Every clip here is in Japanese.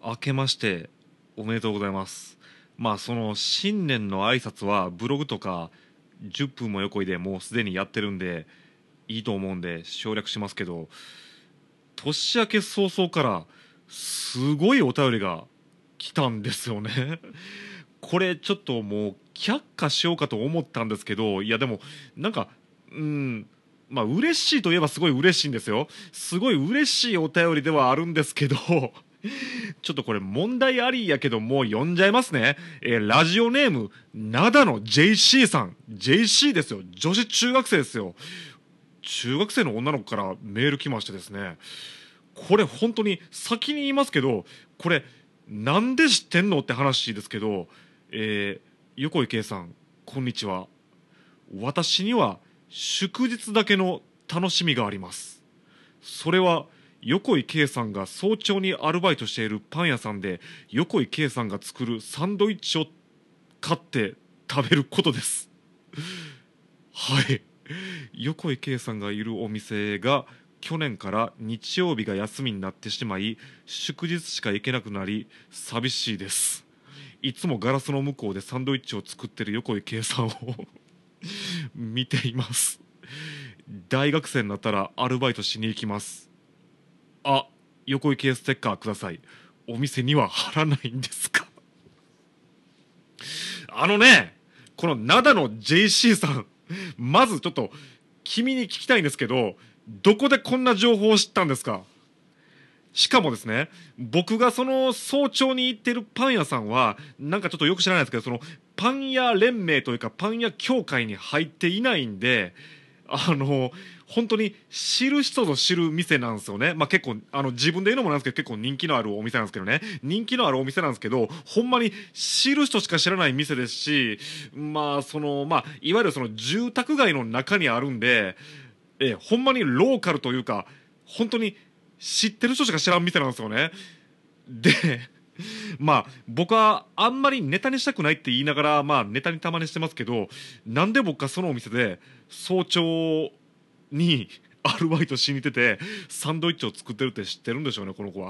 明けましておめでとうございます。その新年の挨拶はブログとか10分も横井でもうすでにやってるんでいいと思うんで省略しますけど、年明け早々からすごいお便りが来たんですよね。これちょっともう却下しようかと思ったんですけど、いやでもなんか嬉しいといえばすごい嬉しいんですよ。すごい嬉しいお便りではあるんですけどちょっとこれ問題ありやけどもう読んじゃいますね。ラジオネーム灘の JC さん。 JC ですよ。女子中学生ですよ。中学生の女の子からメール来ましてですね、これ本当に先に言いますけど、これなんで知ってんのって話ですけど、横井圭さんこんにちは。私には祝日だけの楽しみがあります。それは横井圭さんが早朝にアルバイトしているパン屋さんで横井圭さんが作るサンドイッチを買って食べることです。はい、横井圭さんがいるお店が去年から日曜日が休みになってしまい祝日しか行けなくなり寂しいです。いつもガラスの向こうでサンドイッチを作ってる横井圭さんを見ています。大学生になったらアルバイトしに行きます。あ、横井圭ステッカーください。お店には貼らないんですか？この灘の JC さん、まずちょっと君に聞きたいんですけど、どこでこんな情報を知ったんですか？しかもですね、僕がその早朝に行ってるパン屋さんはなんかちょっとよく知らないですけど、そのパン屋連盟というかパン屋協会に入っていないんで、本当に知る人ぞ知る店なんですよね。結構自分で言うのもなんですけど結構人気のあるお店なんですけどね、人気のあるお店なんですけど、ほんまに知る人しか知らない店ですし、いわゆるその住宅街の中にあるんで、ほんまにローカルというか本当に知ってる人しか知らん店なんですよね。で僕はあんまりネタにしたくないって言いながらネタにたまにしてますけど、なんで僕がそのお店で早朝にアルバイトしに行っててサンドイッチを作ってるって知ってるんでしょうね、この子は。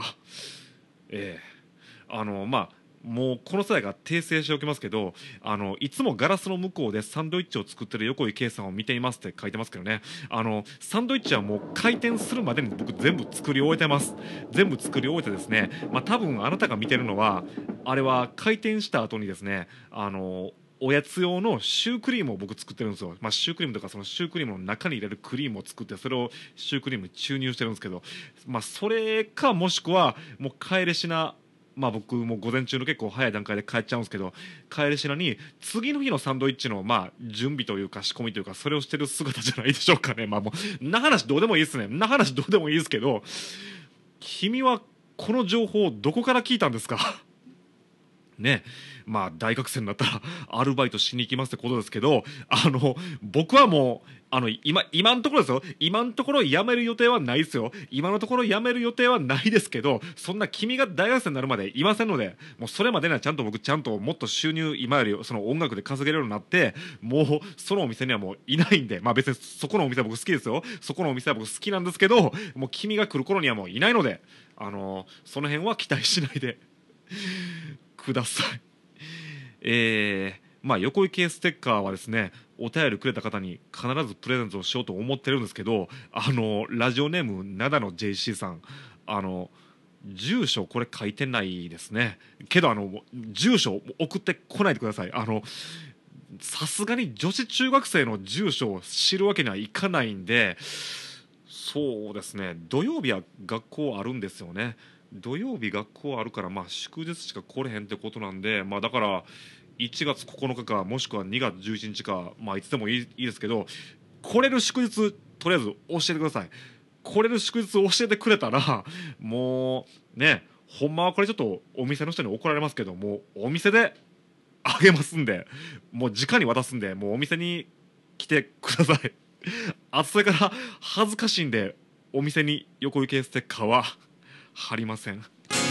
もうこの際が訂正しておきますけど、いつもガラスの向こうでサンドイッチを作ってる横井圭さんを見ていますって書いてますけどね、サンドイッチはもう開店するまでに僕全部作り終えてます。全部作り終えてですね、多分あなたが見てるのはあれは開店した後にですね、おやつ用のシュークリームを僕作ってるんですよ。シュークリームとかそのシュークリームの中に入れるクリームを作ってそれをシュークリームに注入してるんですけど、それかもしくはもう帰れしな、僕も午前中の結構早い段階で帰っちゃうんですけど、帰りしなに次の日のサンドイッチの準備というか仕込みというかそれをしてる姿じゃないでしょうかね。もうな話どうでもいいですね。な話どうでもいいですけど、君はこの情報をどこから聞いたんですか？ね、大学生になったらアルバイトしに行きますってことですけど、僕はもう今のところですよ、今のところ辞める予定はないですよ。今のところ辞める予定はないですけど、そんな君が大学生になるまでいませんので、もうそれまでにはちゃんともっと収入今よりその音楽で稼げるようになって、もうそのお店にはもういないんで、別にそこのお店は僕好きですよ。そこのお店は僕好きなんですけど、もう君が来る頃にはもういないので、その辺は期待しないでください。横井系ステッカーはですね、お便りくれた方に必ずプレゼントをしようと思ってるんですけど、ラジオネーム灘の JC さん、住所これ書いてないですね。けど住所送ってこないでください。さすがに女子中学生の住所を知るわけにはいかないんで、そうですね、土曜日は学校あるんですよね。土曜日学校あるから祝日しか来れへんってことなんで、だから1月9日かもしくは2月11日かいつでもいいですけど、来れる祝日とりあえず教えてください。来れる祝日を教えてくれたらもうね、ほんまはこれちょっとお店の人に怒られますけどもお店であげますんで、もう直に渡すんで、もうお店に来てください。それから恥ずかしいんでお店に横井系ステッカーは貼りません。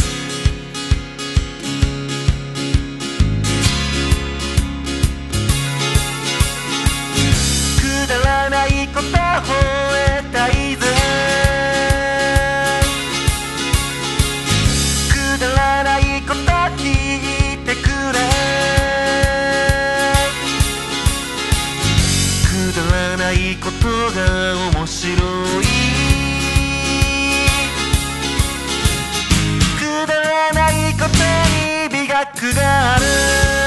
くだらないことを吠えたいぜ、くだらないないことが面白いくだらないことに美学がある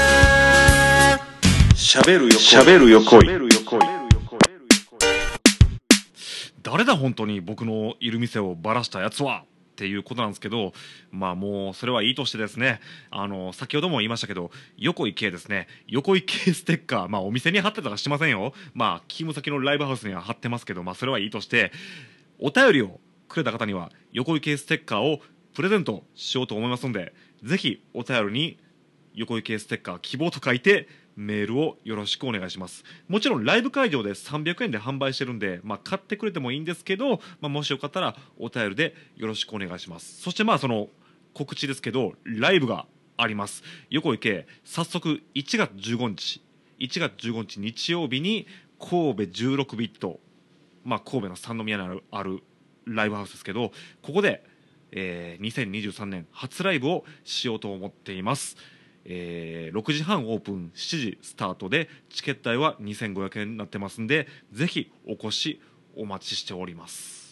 喋る横井誰だ本当に僕のいる店をバラしたやつはっていうことなんですけど、まあもうそれはいいとしてですね、先ほども言いましたけど、横井系ですね、横井系ステッカー、まあお店に貼ってたかしてませんよ。まあ勤務先のライブハウスには貼ってますけど、まあそれはいいとして、お便りをくれた方には横井系ステッカーをプレゼントしようと思いますので、ぜひお便りに横井系ステッカー希望と書いてメールをよろしくお願いします。もちろんライブ会場で300円で販売してるんで、まあ、買ってくれてもいいんですけど、まあ、もしよかったらお便りでよろしくお願いします。そしてまあその告知ですけど、ライブがあります。横井系、早速1月15日日曜日に神戸16ビット、まあ、神戸の三宮にあるライブハウスですけど、ここで、2023年初ライブをしようと思っています。6時半オープン、7時スタートでチケット代は2500円になってますんで、ぜひお越しお待ちしております。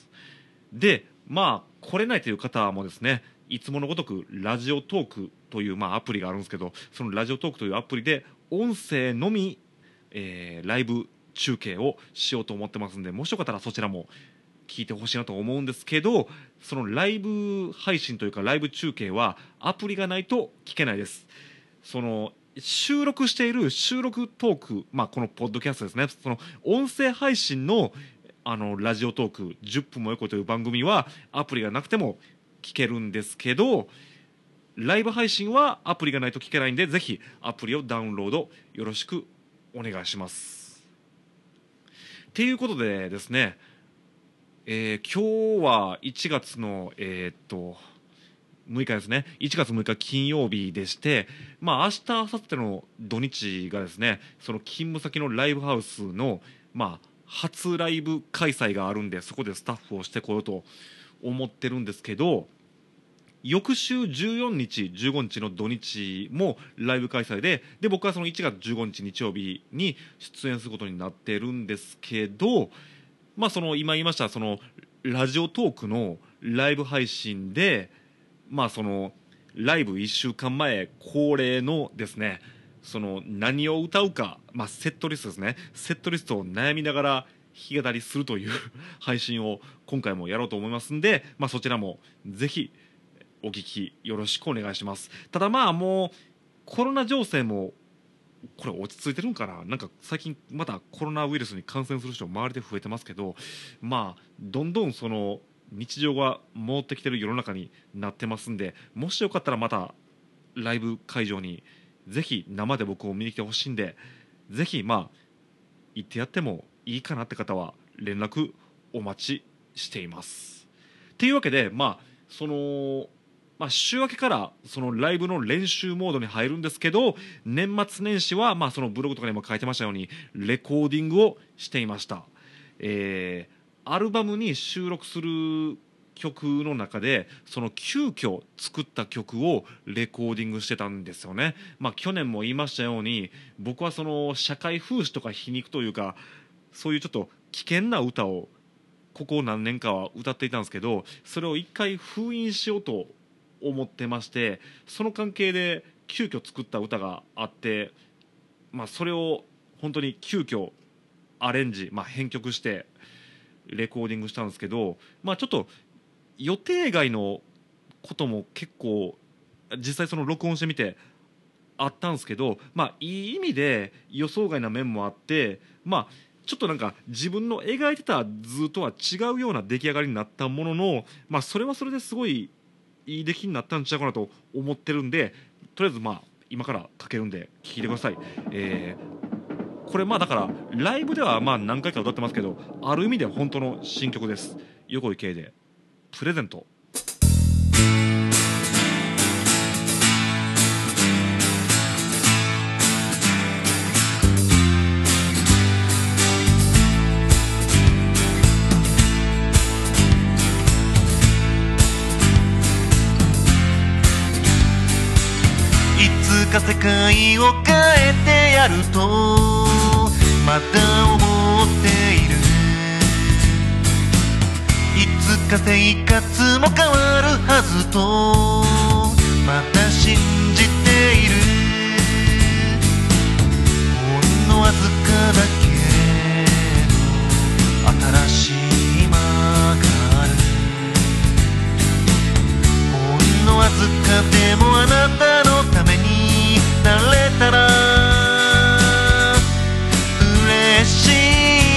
で、まあ来れないという方もですね、いつものごとくラジオトークという、まあ、アプリがあるんですけど、そのラジオトークというアプリで音声のみ、ライブ中継をしようと思ってますんで、もしよかったらそちらも聞いてほしいなと思うんですけど、そのライブ配信というかライブ中継はアプリがないと聞けないです。その収録している収録トーク、まあ、このポッドキャストですね、その音声配信のラジオトーク10分もよこという番組はアプリがなくても聞けるんですけど、ライブ配信はアプリがないと聞けないんで、ぜひアプリをダウンロードよろしくお願いします。ということでですね、今日は1月の6日ですね、1月6日金曜日でして、まあ明日明後日の土日がですね、その勤務先のライブハウスのまあ初ライブ開催があるんで、そこでスタッフをしてこようと思ってるんですけど、翌週14日15日の土日もライブ開催で、僕はその1月15日日曜日に出演することになってるんですけど、まあその今言いましたそのラジオトークのライブ配信で、まあそのライブ1週間前恒例のですね、その何を歌うか、まあ、セットリストですね、セットリストを悩みながら弾き語りするという配信を今回もやろうと思いますんで、まあ、そちらもぜひお聞きよろしくお願いします。ただまあもうコロナ情勢もこれ落ち着いてるんかな、なんか最近またコロナウイルスに感染する人周りで増えてますけど、まあどんどんその日常が戻ってきてる世の中になってますんで、もしよかったらまたライブ会場にぜひ生で僕を見に来てほしいんで、ぜひまあ行ってやってもいいかなって方は連絡お待ちしています。というわけで、まあその週明けからそのライブの練習モードに入るんですけど、年末年始はまあそのブログとかにも書いてましたようにレコーディングをしていました。アルバムに収録する曲の中でその急遽作った曲をレコーディングしてたんですよね。まあ去年も言いましたように、僕はその社会風刺とか皮肉というか、そういうちょっと危険な歌をここ何年かは歌っていたんですけど、それを一回封印しようと思ってまして、その関係で急遽作った歌があって、まあそれを本当に急遽アレンジ、まあ編曲してレコーディングしたんですけど、まあちょっと予定外のことも結構実際その録音してみてあったんですけど、まあいい意味で予想外な面もあって、まあちょっとなんか自分の描いてた図とは違うような出来上がりになったものの、まあそれはそれですごいいい出来になったんちゃうかなと思ってるんで、とりあえずまあ今からかけるんで聴いてください。これまあだからライブではまあ何回か歌ってますけど、ある意味では本当の新曲です。横井圭でプレゼント。 いつか世界を変えてやるとまだ思っている。 か生活も変わるはずとまた信じている。ほんのわずかだけど新しい今がある。ほんのわずかでもあなたのためになれたら嬉しい。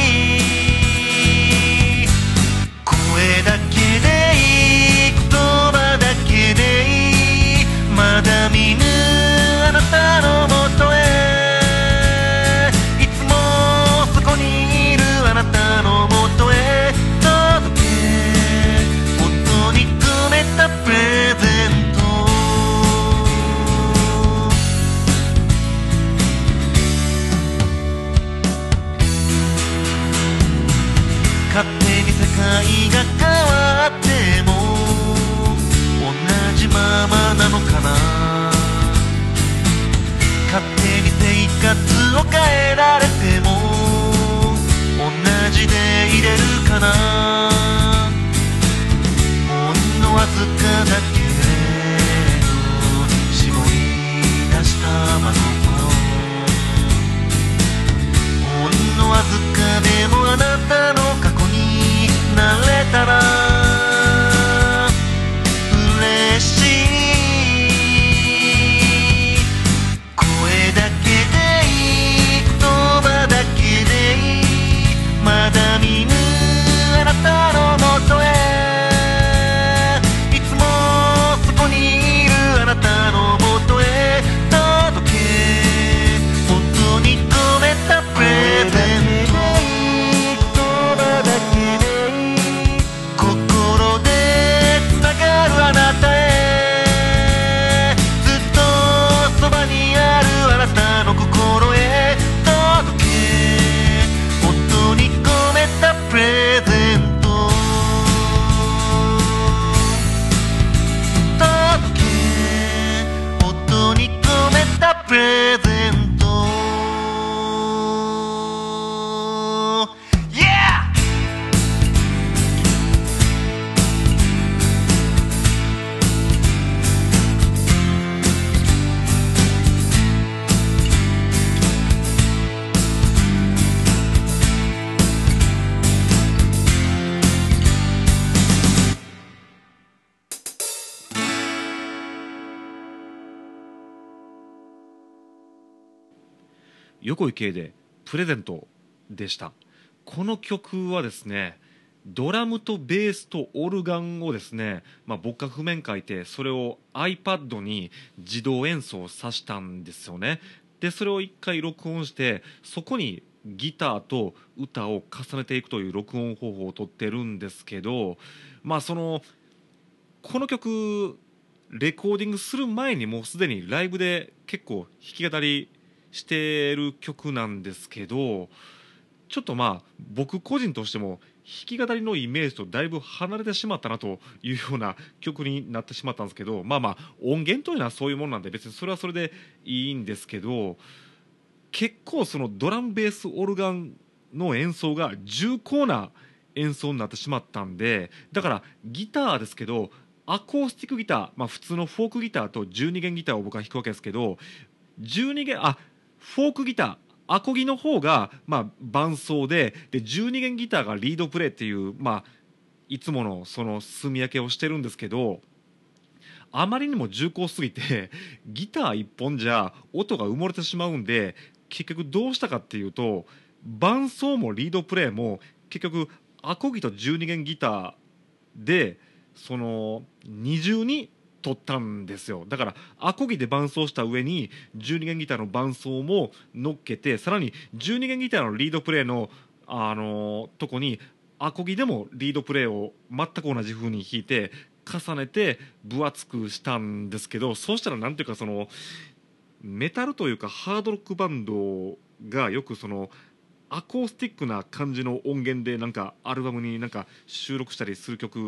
声だけでいい、言葉だけでいい、まだ見ぬあなたのもとへ、いつもそこにいるあなたのもとへ届け、音に込めたプレゼント。勝手に世界が変わっても同じままなのかな。勝手に生活を変えられても同じでいれるかな。ほんのわずかだけれど絞り出した真心、ほんのわずかでもあなたの過去になれたら嬉しい。声だけでいい、言葉だけでいい、まだ見ぬあなたのもとへ、いつもそこにいるあなたのもとへ届け、音に込めたプレゼント。心でつながるあなたへ、ずっとそばにあるあなたの心へ届け、音に込めたプレゼント。届け、音に込めたプレゼント。Yeah! 横井圭でプレゼントでした。この曲はですね、ドラムとベースとオルガンをですね、僕が譜面書いてそれを iPad に自動演奏させたんですよね。でそれを一回録音して、そこにギターと歌を重ねていくという録音方法をとってるんですけど、この曲レコーディングする前にもうすでにライブで結構弾き語りしてる曲なんですけど、ちょっと僕個人としても弾き語りのイメージとだいぶ離れてしまったなというような曲になってしまったんですけど、音源というのはそういうものなんで別にそれはそれでいいんですけど、結構そのドラムベースオルガンの演奏が重厚な演奏になってしまったんで、だからギターですけどアコースティックギター、普通のフォークギターと12弦ギターを僕は弾くわけですけど、12弦フォークギターアコギの方が伴奏で12弦ギターがリードプレイっていういつものその住み分けをしてるんですけど、あまりにも重厚すぎてギター1本じゃ音が埋もれてしまうんで、結局どうしたかっていうと、伴奏もリードプレイも結局アコギと12弦ギターでその二重に取ったんですよ。だからアコギで伴奏した上に12弦ギターの伴奏も乗っけて、さらに12弦ギターのリードプレイのとこにアコギでもリードプレイを全く同じ風に弾いて重ねて分厚くしたんですけど、そうしたらなんていうかそのメタルというかハードロックバンドがよくそのアコースティックな感じの音源でなんかアルバムになんか収録したりする曲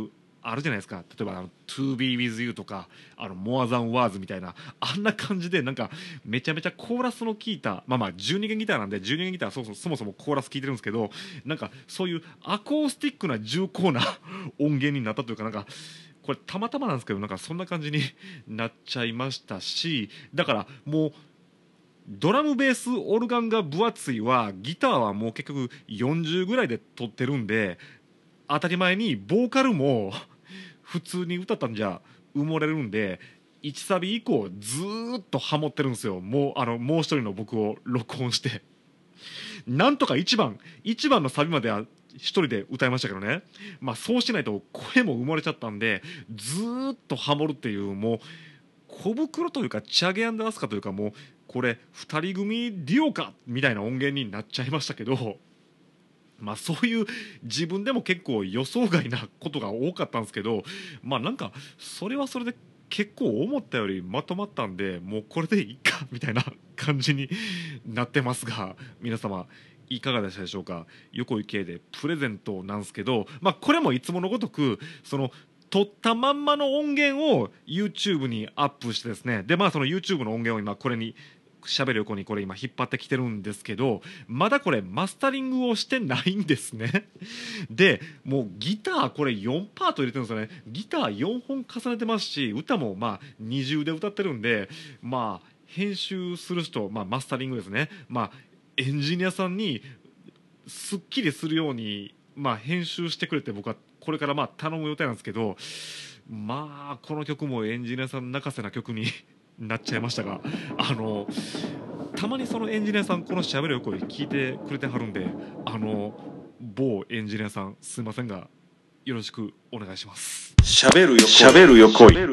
あるじゃないですか。例えばTo Be With You とかMore Than Words みたいなあんな感じでなんかめちゃめちゃコーラスの効いた12弦ギターなんで12弦ギターはそもそもコーラス効いてるんですけど、なんかそういうアコースティックな重厚な音源になったというか、なんかこれたまたまなんですけどなんかそんな感じになっちゃいましたし、だからもうドラムベースオルガンが分厚いわ、ギターはもう結局40ぐらいで撮ってるんで、当たり前にボーカルも普通に歌ったんじゃ埋もれるんで、1サビ以降ずーっとハモってるんですよ。もう一人の僕を録音してなんとか1番のサビまでは一人で歌いましたけどね、そうしないと声も埋もれちゃったんでずーっとハモるっていう、もう小袋というかチャゲ&アスカというか、もうこれ2人組デュオかみたいな音源になっちゃいましたけど、そういう自分でも結構予想外なことが多かったんですけど、なんかそれはそれで結構思ったよりまとまったんで、もうこれでいいかみたいな感じになってますが、皆様いかがでしたでしょうか。横井圭でプレゼントなんですけど、これもいつものごとくその撮ったまんまの音源を YouTube にアップしてですね、でその YouTube の音源を今これに喋る横にこれ今引っ張ってきてるんですけど、まだこれマスタリングをしてないんですね。でもうギターこれ4パート入れてるんですよね。ギター4本重ねてますし、歌も二重で歌ってるんで、編集する人、マスタリングですね、エンジニアさんにすっきりするように、編集してくれて、僕はこれから頼む予定なんですけど、この曲もエンジニアさん泣かせな曲になっちゃいましたが、たまにそのエンジニアさんこのしゃべる声聞いてくれてはるんで、某エンジニアさんすいませんがよろしくお願いします。 しゃべる横井。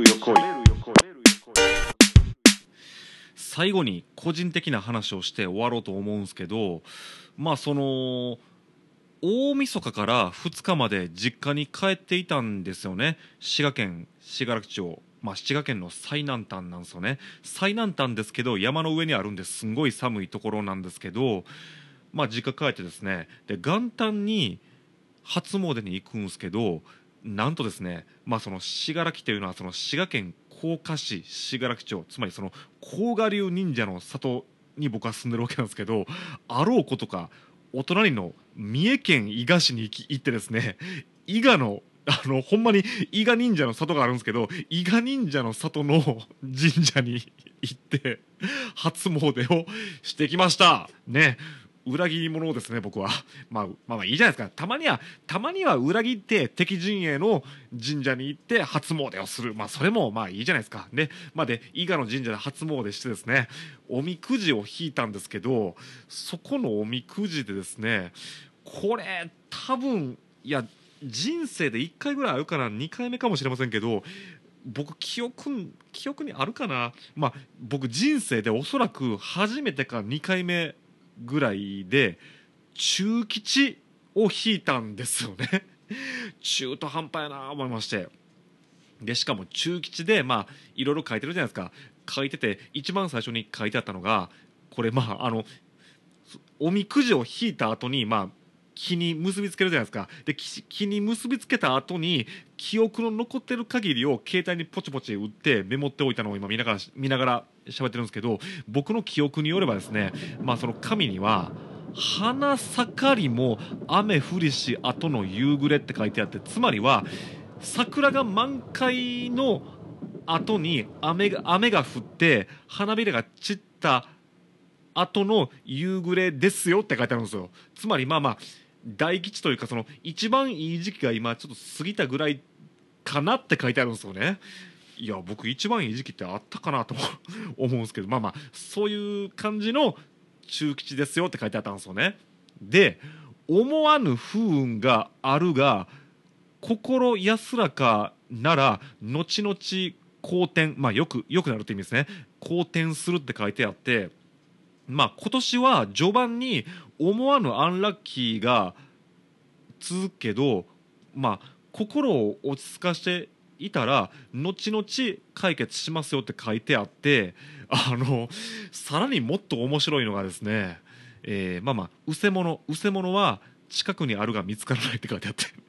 最後に個人的な話をして終わろうと思うんですけど、その大晦日から2日まで実家に帰っていたんですよね。滋賀県信楽町、滋賀県の最南端なんですよね。最南端ですけど山の上にあるんですんごい寒いところなんですけど、実家帰ってですね、で元旦に初詣に行くんですけど、なんとですね、その信楽というのはその滋賀県甲賀市信楽町、つまりその甲賀流忍者の里に僕は住んでるわけなんですけど、あろうことかお隣の三重県伊賀市に行ってですね、伊賀のほんまに伊賀忍者の里があるんですけど、伊賀忍者の里の神社に行って初詣をしてきましたね。裏切り者ですね僕は。いいじゃないですか。たまには裏切って敵陣営の神社に行って初詣をする、それもいいじゃないですかね。で伊賀の神社で初詣してですね、おみくじを引いたんですけど、そこのおみくじでですね、これ多分人生で1回ぐらいあるかな、2回目かもしれませんけど、僕記憶にあるかな、僕人生でおそらく初めてか2回目ぐらいで中吉を引いたんですよね。中途半端やな思いまして、でしかも中吉でいろいろ書いてるじゃないですか。書いてて一番最初に書いてあったのがこれ、おみくじを引いた後に気に結びつけるじゃないですか。で気に結びつけた後に記憶の残ってる限りを携帯にポチポチ打ってメモっておいたのを今見ながら喋ってるんですけど、僕の記憶によればですね、その紙には花盛りも雨降りし後の夕暮れって書いてあって、つまりは桜が満開の後に雨が降って花びらが散った後の夕暮れですよって書いてあるんですよ。つまり大吉というか、その一番いい時期が今ちょっと過ぎたぐらいかなって書いてあるんですよね。いや僕一番いい時期ってあったかなと思うんですけど、そういう感じの中吉ですよって書いてあったんですよね。で思わぬ不運があるが心安らかなら後々好転、よくなるって意味ですね。好転するって書いてあって、今年は序盤に思わぬアンラッキーが続くけど、心を落ち着かせていたら後々解決しますよって書いてあって、さらにもっと面白いのがですね、うせものは近くにあるが見つからないって書いてあって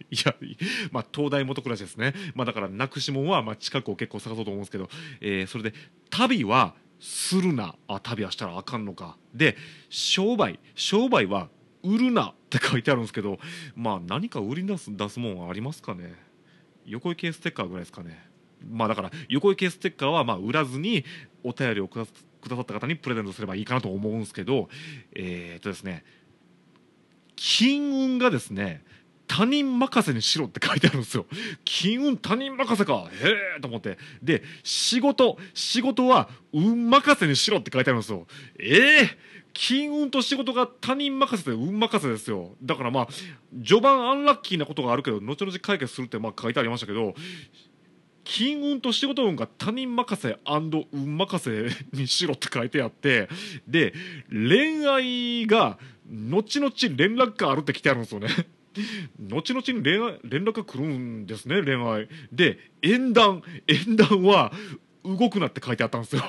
いや、まあ、東大元暮らしですね。まあ、だから、なくしもんは、まあ、近くを結構探そうと思うんですけど、それで、旅はするな。旅はしたらあかんのか。で、商売は売るなって書いてあるんですけど、まあ、何か売り出すもんはありますかね。横井系ステッカーぐらいですかね。まあ、だから、横井系ステッカーは、まあ、売らずに、お便りをくださった方にプレゼントすればいいかなと思うんですけど、ですね、金運がですね、他人任せにしろって書いてあるんですよ。金運他人任せか。へえと思って。で、仕事は運任せにしろって書いてあるんですよ。金運と仕事が他人任せで運任せですよ。だからまあ、序盤アンラッキーなことがあるけど、後々解決するってまあ書いてありましたけど、金運と仕事運が他人任せ運任せにしろって書いてあって、で、恋愛が後々連絡があるって来てあるんですよね。後々に連絡が来るんですね、恋愛で。縁談は動くなって書いてあったんですよ。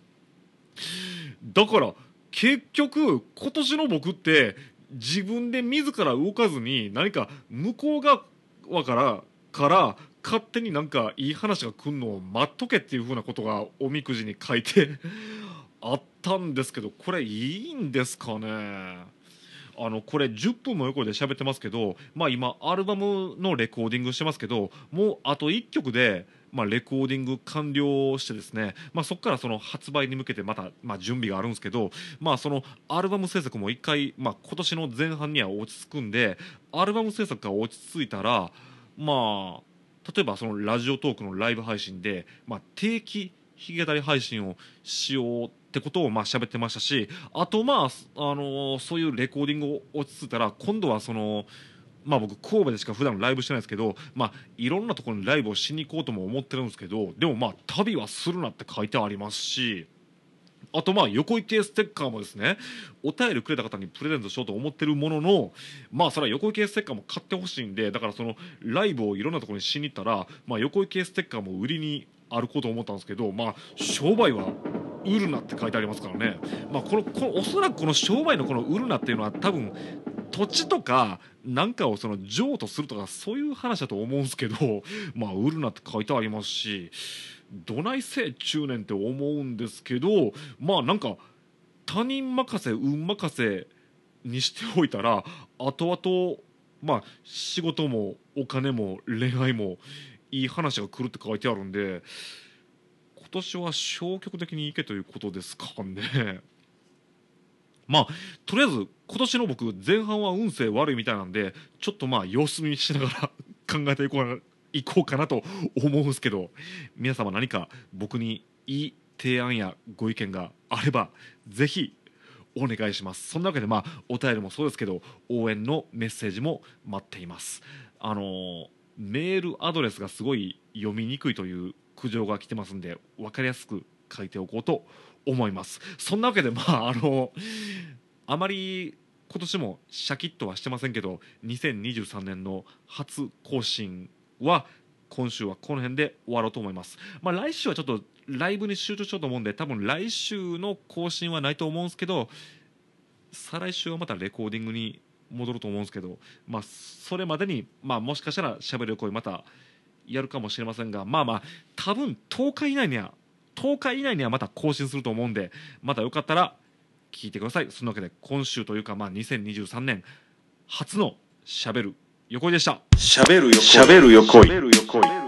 だから結局今年の僕って自分で自ら動かずに、何か向こう側から勝手になんかいい話が来るのを待っとけっていう風なことがおみくじに書いてあったんですけど、これいいんですかね。これ10分も横で喋ってますけど、まあ、今アルバムのレコーディングしてますけど、もうあと1曲で、まあ、レコーディング完了してですね、まあ、そこからその発売に向けてまた、まあ、準備があるんですけど、まあ、そのアルバム制作も1回、まあ、今年の前半には落ち着くんで、アルバム制作が落ち着いたら、まあ、例えばそのラジオトークのライブ配信で、まあ、定期弾き語り配信をしようってことをまあ喋ってましたし、あとまあ、そういうレコーディングを落ち着いたら、今度はその、まあ、僕神戸でしか普段ライブしてないですけど、まあ、いろんなところにライブをしに行こうとも思ってるんですけど、でもまあ旅はするなって書いてありますし、あとまあ横井系ステッカーもですね、お便りくれた方にプレゼントしようと思ってるものの、まあそれは横井系ステッカーも買ってほしいんで、だからそのライブをいろんなところにしに行ったら、まあ、横井系ステッカーも売りに歩こうと思ったんですけど、まあ商売は売るなって書いてありますからね。まあこのおそらくこの商売のこの売るなっていうのは多分土地とかなんかをその譲渡するとかそういう話だと思うんですけど、まあ売るなって書いてありますし、どないせ中年って思うんですけど、まあなんか他人任せ運任せにしておいたら、後々まあ仕事もお金も恋愛もいい話が来るって書いてあるんで、今年は消極的にいけということですかね。まあとりあえず今年の僕前半は運勢悪いみたいなんで、ちょっとまあ様子見しながら考えていこうかなと思うんですけど、皆様何か僕にいい提案やご意見があればぜひお願いします。そんなわけでまあお便りもそうですけど、応援のメッセージも待っています。メールアドレスがすごい読みにくいという苦情が来てますんで、分かりやすく書いておこうと思います。そんなわけでまああまり今年もシャキッとはしてませんけど、2023年の初更新は今週はこの辺で終わろうと思います。まあ来週はちょっとライブに集中しようと思うんで、多分来週の更新はないと思うんですけど、再来週はまたレコーディングに戻ると思うんですけど、まあそれまでにまあもしかしたらしゃべる声またやるかもしれませんが、まあまあ多分10日以内にはまた更新すると思うんで、またよかったら聞いてください。そのわけで今週というかまあ2023年初のしゃべる横井でした。 しゃべる横井。